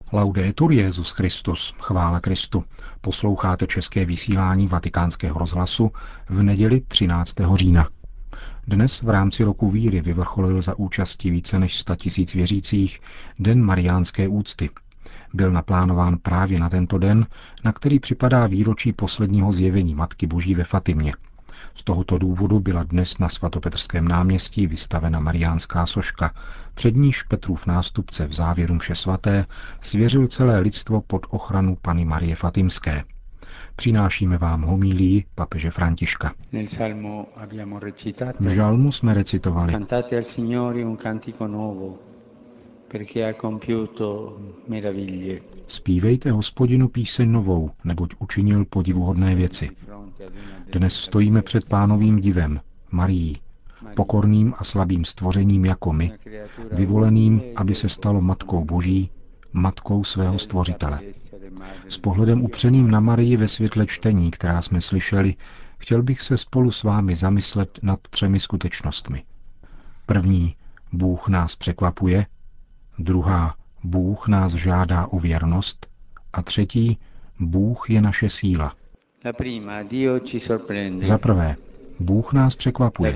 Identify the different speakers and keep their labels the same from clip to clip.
Speaker 1: Laudetur Jesus Christus, chvála Kristu. Posloucháte české vysílání Vatikánského rozhlasu v neděli 13. října. Dnes v rámci roku víry vyvrcholil za účasti více než 100 000 věřících Den mariánské úcty. Byl naplánován právě na tento den, na který připadá výročí posledního zjevení Matky Boží ve Fatimě. Z tohoto důvodu byla dnes na svatopetrském náměstí vystavena mariánská soška, před níž Petrův nástupce v závěru mše svaté svěřil celé lidstvo pod ochranu Panny Marie Fatimské. Přinášíme vám homílii papeže Františka. V žalmu jsme recitovali: Zpívejte Hospodinu píseň novou, neboť učinil podivuhodné věci. Dnes stojíme před Pánovým divem, Marií, pokorným a slabým stvořením jako my, vyvoleným, aby se stalo Matkou Boží, matkou svého Stvořitele. S pohledem upřeným na Marii ve světle čtení, která jsme slyšeli, chtěl bych se spolu s vámi zamyslet nad 3 skutečnostmi. První, Bůh nás překvapuje. Druhá, Bůh nás žádá o věrnost. A třetí, Bůh je naše síla. Za prvé, Bůh nás překvapuje.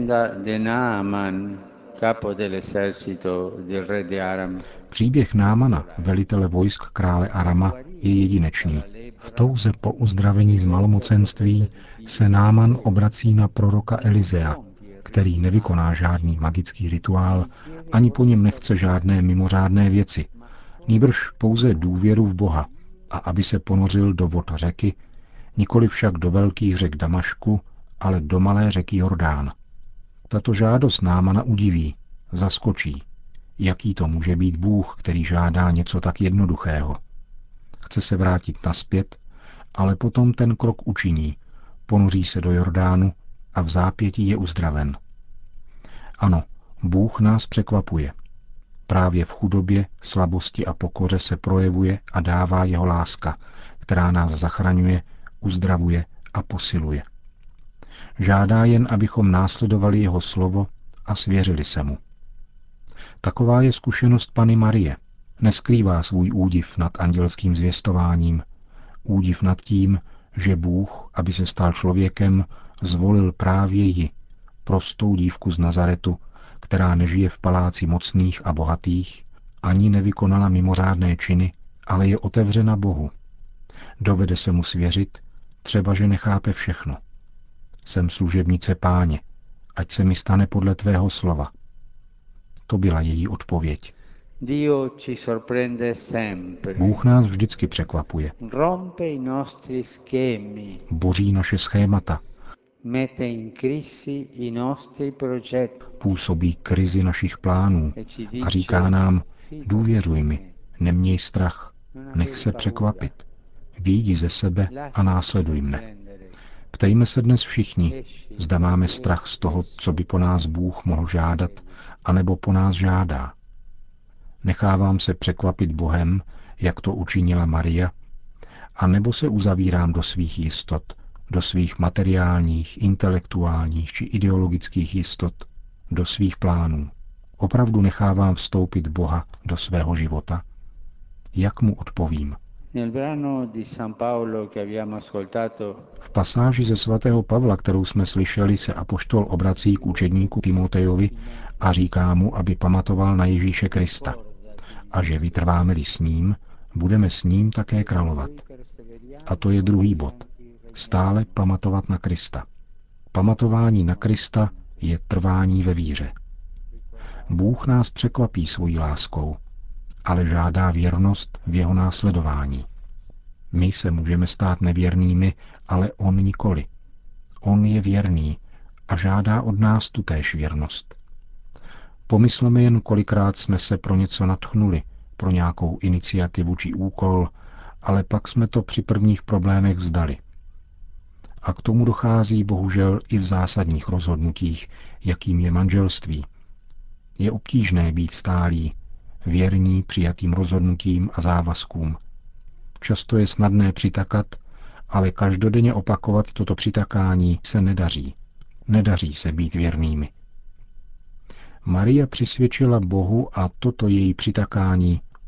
Speaker 1: Příběh Námana, velitele vojsk krále Arama, je jedinečný. V touze po uzdravení z malomocenství se Náman obrací na proroka Elizea, který nevykoná žádný magický rituál, ani po něm nechce žádné mimořádné věci, nýbrž pouze důvěru v Boha a aby se ponořil do vod řeky, nikoli však do velkých řek Damašku, ale do malé řeky Jordán. Tato žádost Námana udiví, zaskočí. Jaký to může být Bůh, který žádá něco tak jednoduchého? Chce se vrátit nazpět, ale potom ten krok učiní, ponoří se do Jordánu a v zápětí je uzdraven. Ano, Bůh nás překvapuje. Právě v chudobě, slabosti a pokoře se projevuje a dává jeho láska, která nás zachraňuje, uzdravuje a posiluje. Žádá jen, abychom následovali jeho slovo a svěřili se mu. Taková je zkušenost Panny Marie. Neskrývá svůj údiv nad andělským zvěstováním, údiv nad tím, že Bůh, aby se stal člověkem, zvolil právě ji, prostou dívku z Nazaretu, která nežije v paláci mocných a bohatých, ani nevykonala mimořádné činy, ale je otevřena Bohu. Dovede se mu svěřit, třeba že nechápe všechno. Jsem služebnice Páně, ať se mi stane podle tvého slova. To byla její odpověď. Bůh nás vždycky překvapuje. Boří naše schémata. Působí krizi našich plánů a říká nám: důvěřuj mi, neměj strach, nech se překvapit, vyjdi ze sebe a následuj mne. Ptejme se dnes všichni, zda máme strach z toho, co by po nás Bůh mohl žádat, anebo po nás žádá. Nechávám se překvapit Bohem, jak to učinila Maria, a nebo se uzavírám do svých jistot, do svých materiálních, intelektuálních či ideologických jistot, do svých plánů. Opravdu nechávám vstoupit Boha do svého života? Jak mu odpovím? V pasáži ze svatého Pavla, kterou jsme slyšeli, se apoštol obrací k učedníku Timotejovi a říká mu, aby pamatoval na Ježíše Krista a že vytrváme-li s ním, budeme s ním také královat. A to je druhý bod. Stále pamatovat na Krista. Pamatování na Krista je trvání ve víře. Bůh nás překvapí svojí láskou, ale žádá věrnost v jeho následování. My se můžeme stát nevěrnými, ale on nikoli. On je věrný a žádá od nás tutéž věrnost. Pomysleme jen, kolikrát jsme se pro něco nadchnuli, pro nějakou iniciativu či úkol, ale pak jsme to při prvních problémech vzdali. A k tomu dochází bohužel i v zásadních rozhodnutích, jakým je manželství. Je obtížné být stálý, věrní přijatým rozhodnutím a závazkům. Často je snadné přitakat, ale každodenně opakovat toto přitakání se nedaří. Nedaří se být věrnými. Maria přisvědčila Bohu a toto její přitakání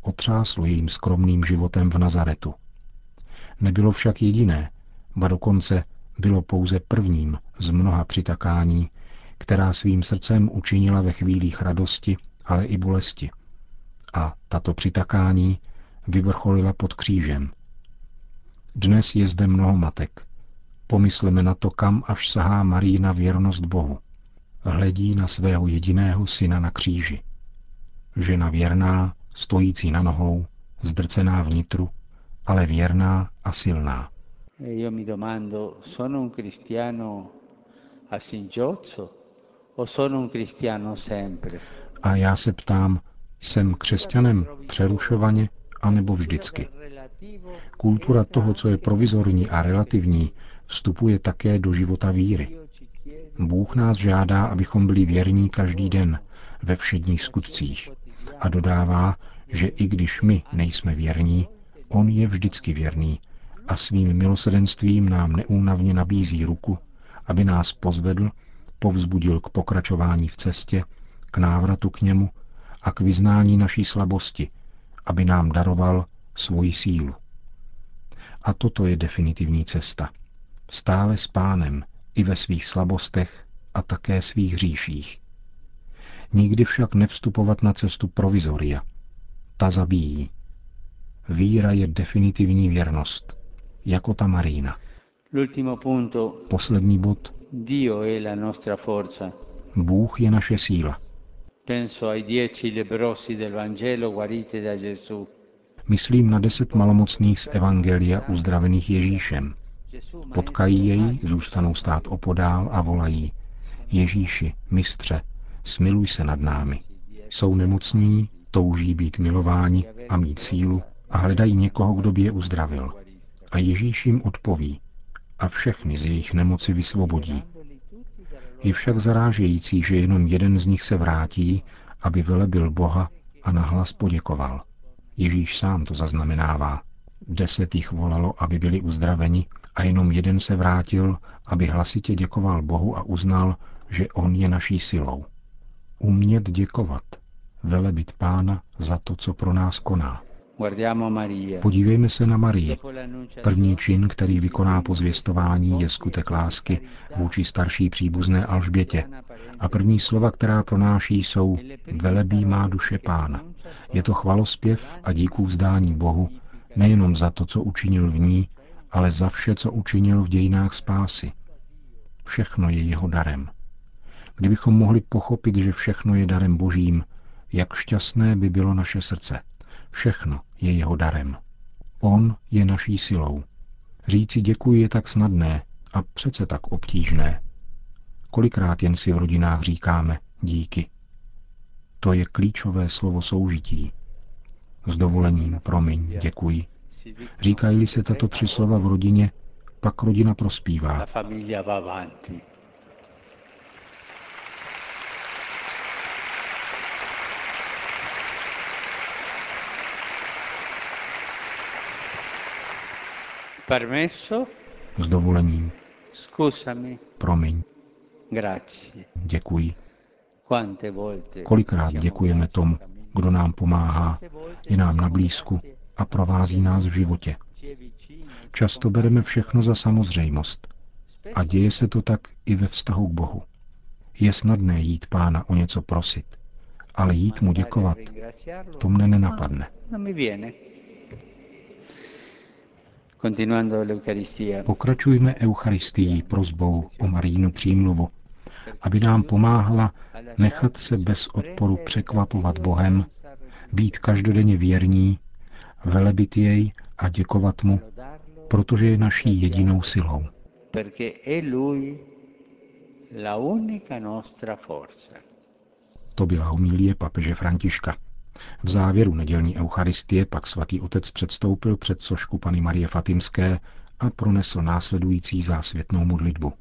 Speaker 1: otřáslo jejím skromným životem v Nazaretu. Nebylo však jediné, ba dokonce bylo pouze prvním z mnoha přitakání, která svým srdcem učinila ve chvílích radosti, ale i bolesti. A tato přitakání vyvrcholila pod křížem. Dnes je zde mnoho matek. Pomysleme na to, kam až sahá Marijina věrnost Bohu. Hledí na svého jediného syna na kříži. Žena věrná, stojící na nohou, zdrcená vnitru, ale věrná a silná.
Speaker 2: Io mi domando, sono un cristiano a singhiozzo o sono un cristiano sempre?
Speaker 1: A já se ptám, jsem křesťanem přerušovaně anebo vždycky? Kultura toho, co je provizorní a relativní, vstupuje také do života víry. Bůh nás žádá, abychom byli věrní každý den, ve všedních skutcích. A dodává, že i když my nejsme věrní, on je vždycky věrný a svým milosrdenstvím nám neúnavně nabízí ruku, aby nás pozvedl, povzbudil k pokračování v cestě, k návratu k němu a k vyznání naší slabosti, aby nám daroval svoji sílu. A toto je definitivní cesta. Stále s Pánem i ve svých slabostech a také svých hříších. Nikdy však nevstupovat na cestu provizoria. Ta zabíjí. Víra je definitivní věrnost, jako ta Marijina. Poslední bod. Bůh je naše síla. Myslím na 10 malomocných z Evangelia uzdravených Ježíšem. Potkají jej, zůstanou stát opodál a volají: Ježíši, mistře, smiluj se nad námi. Jsou nemocní, touží být milováni a mít sílu a hledají někoho, kdo by je uzdravil. A Ježíš jim odpoví a všechny z jejich nemoci vysvobodí. Je však zarážející, že jenom jeden z nich se vrátí, aby velebil Boha a nahlas poděkoval. Ježíš sám to zaznamenává. 10 jich volalo, aby byli uzdraveni, a jenom jeden se vrátil, aby hlasitě děkoval Bohu a uznal, že on je naší silou. Umět děkovat, velebit Pána za to, co pro nás koná. Podívejme se na Marii. První čin, který vykoná po zvěstování, je skutek lásky vůči starší příbuzné Alžbětě. A první slova, která pronáší, jsou: velebí má duše Pána. Je to chvalospěv a díkůvzdání Bohu, nejenom za to, co učinil v ní, ale za vše, co učinil v dějinách spásy. Všechno je jeho darem. Kdybychom mohli pochopit, že všechno je darem Božím, jak šťastné by bylo naše srdce. Všechno je jeho darem. On je naší silou. Říci děkuji je tak snadné a přece tak obtížné. Kolikrát jen si v rodinách říkáme díky. To je klíčové slovo soužití. S dovolením, promiň, děkuji. Říkají-li se tato 3 slova v rodině, pak rodina prospívá.
Speaker 2: Permesso?
Speaker 1: S dovolením.
Speaker 2: Scusami.
Speaker 1: Promiň.
Speaker 2: Grazie.
Speaker 1: Děkuji. Kolikrát děkujeme tomu, kdo nám pomáhá, je nám na blízku a provází nás v životě. Často bereme všechno za samozřejmost. A děje se to tak i ve vztahu k Bohu. Je snadné jít Pána o něco prosit, ale jít mu děkovat, to mne nenapadne. Pokračujme Eucharistií prosbou o Marijinu přímluvu, aby nám pomáhala nechat se bez odporu překvapovat Bohem, být každodenně věrní, velebit jej a děkovat mu, protože je naší jedinou silou. To byla homilie papeže Františka. V závěru nedělní eucharistie pak svatý otec předstoupil před sošku Panny Marie Fatimské a pronesl následující zásvětnou modlitbu.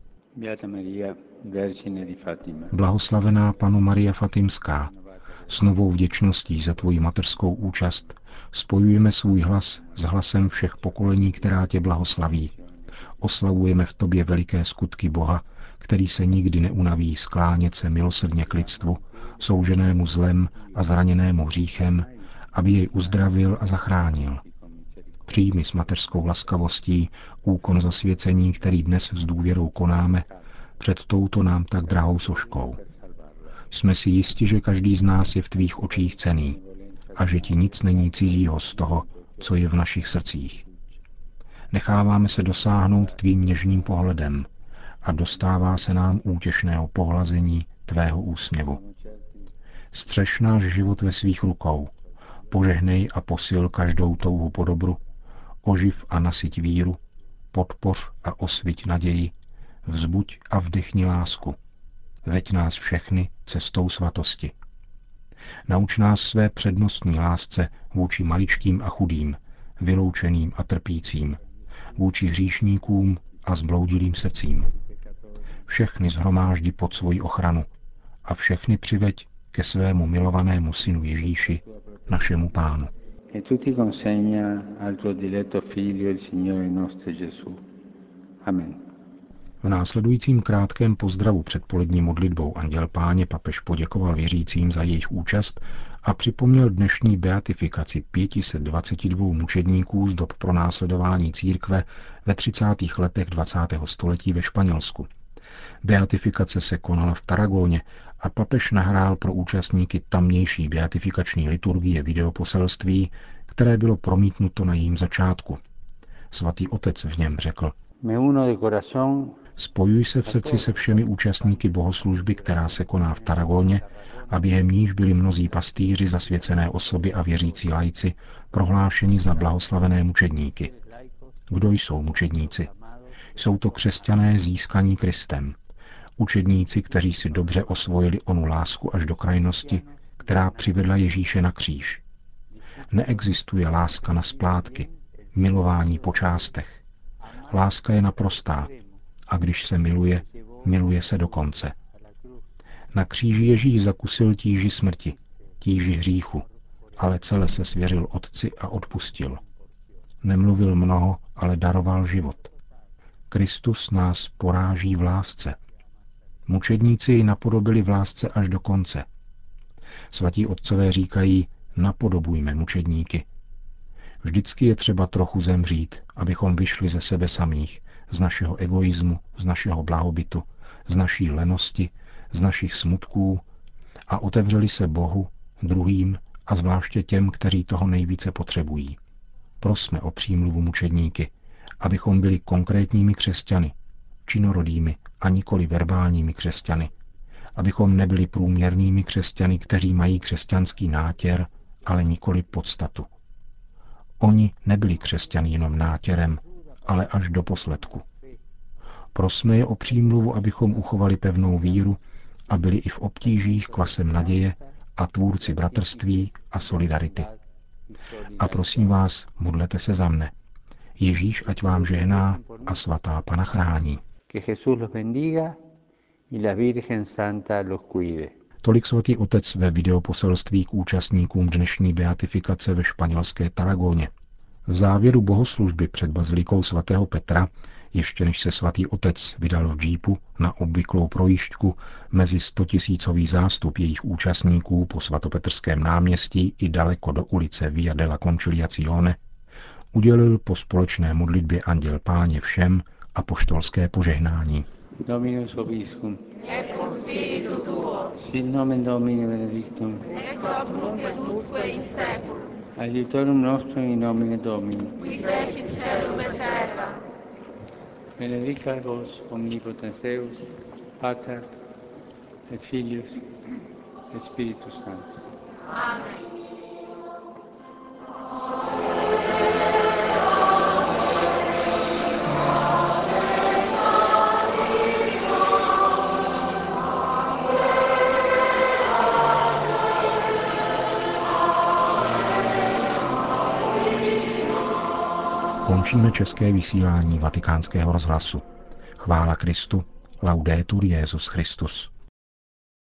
Speaker 1: Blahoslavená Panno Maria Fatimská, s novou vděčností za tvoji mateřskou účast spojujeme svůj hlas s hlasem všech pokolení, která tě blahoslaví. Oslavujeme v tobě veliké skutky Boha, který se nikdy neunaví sklánět se milosrdně k lidstvu, souženému zlem a zraněnému hříchem, aby jej uzdravil a zachránil. Přijmi s mateřskou laskavostí úkon zasvěcení, který dnes s důvěrou konáme před touto nám tak drahou soškou. Jsme si jisti, že každý z nás je v tvých očích cenný a že ti nic není cizího z toho, co je v našich srdcích. Necháváme se dosáhnout tvým něžným pohledem a dostává se nám útěšného pohlazení tvého úsměvu. Střež náš život ve svých rukou, požehnej a posil každou touhu po dobru, oživ a nasyť víru, podpoř a osviť naději, vzbuď a vdechni lásku. Veď nás všechny cestou svatosti. Nauč nás své přednostní lásce vůči maličkým a chudým, vyloučeným a trpícím, vůči hříšníkům a zbloudilým srdcím. Všechny shromáždi pod svoji ochranu a všechny přiveď ke svému milovanému synu Ježíši, našemu Pánu.
Speaker 2: E tutti consegna al tuo diletto Figlio, il Signore nostro Gesù. Amen.
Speaker 1: V následujícím krátkém pozdravu před polední modlitbou Anděl Páně papež poděkoval věřícím za jejich účast a připomněl dnešní beatifikaci 522 mučedníků z dob pronásledování církve ve 30. letech 20. století ve Španělsku. Beatifikace se konala v Tarragóně a papež nahrál pro účastníky tamnější beatifikační liturgie videoposelství, které bylo promítnuto na jejím začátku. Svatý otec v něm řekl: Spojuj se v srdci se všemi účastníky bohoslužby, která se koná v Tarragóně, a během níž byli mnozí pastýři, zasvěcené osoby a věřící laici prohlášeni za blahoslavené mučedníky. Kdo jsou mučedníci? Jsou to křesťané získaní Kristem. Učedníci, kteří si dobře osvojili onu lásku až do krajnosti, která přivedla Ježíše na kříž. Neexistuje láska na splátky, milování po částech. Láska je naprostá a když se miluje, miluje se do konce. Na kříži Ježíš zakusil tíži smrti, tíži hříchu, ale celé se svěřil Otci a odpustil. Nemluvil mnoho, ale daroval život. Kristus nás poráží v lásce. Mučedníci ji napodobili v lásce až do konce. Svatí otcové říkají, napodobujme mučedníky. Vždycky je třeba trochu zemřít, abychom vyšli ze sebe samých, z našeho egoismu, z našeho blahobytu, z naší lenosti, z našich smutků a otevřeli se Bohu, druhým a zvláště těm, kteří toho nejvíce potřebují. Prosme o přímluvu mučedníky, abychom byli konkrétními křesťany, činorodými a nikoli verbálními křesťany, abychom nebyli průměrnými křesťany, kteří mají křesťanský nátěr, ale nikoli podstatu. Oni nebyli křesťany jenom nátěrem, ale až do posledku. Prosme je o přímluvu, abychom uchovali pevnou víru a byli i v obtížích kvasem naděje a tvůrci bratrství a solidarity. A prosím vás, modlete se za mne. Ježíš ať vám žehná a svatá Panna chrání. Tolik svatý otec ve videoposelství k účastníkům dnešní beatifikace ve španělské Tarragóně. V závěru bohoslužby před bazilikou svatého Petra, ještě než se svatý otec vydal v džípu na obvyklou projížďku mezi 100 000 zástup jejich účastníků po svatopetrském náměstí i daleko do ulice Via della Conciliazione, udělil po společné modlitbě Anděl Páně všem apoštolské požehnání.
Speaker 2: Dominus vobiscum. Et cum spiritu tuo. Sit nomen Domini benedictum. Ex hoc nunc et usque in seculum. Aiutorium nostrum in nomine Domini. Qui fecit caelum et terra. Benedicat vos omnipotens Deus, Pater et Filius et Spiritus Sanctus. Amen.
Speaker 1: Končíme české vysílání Vatikánského rozhlasu. Chvála Kristu, laudetur Jesus Christus.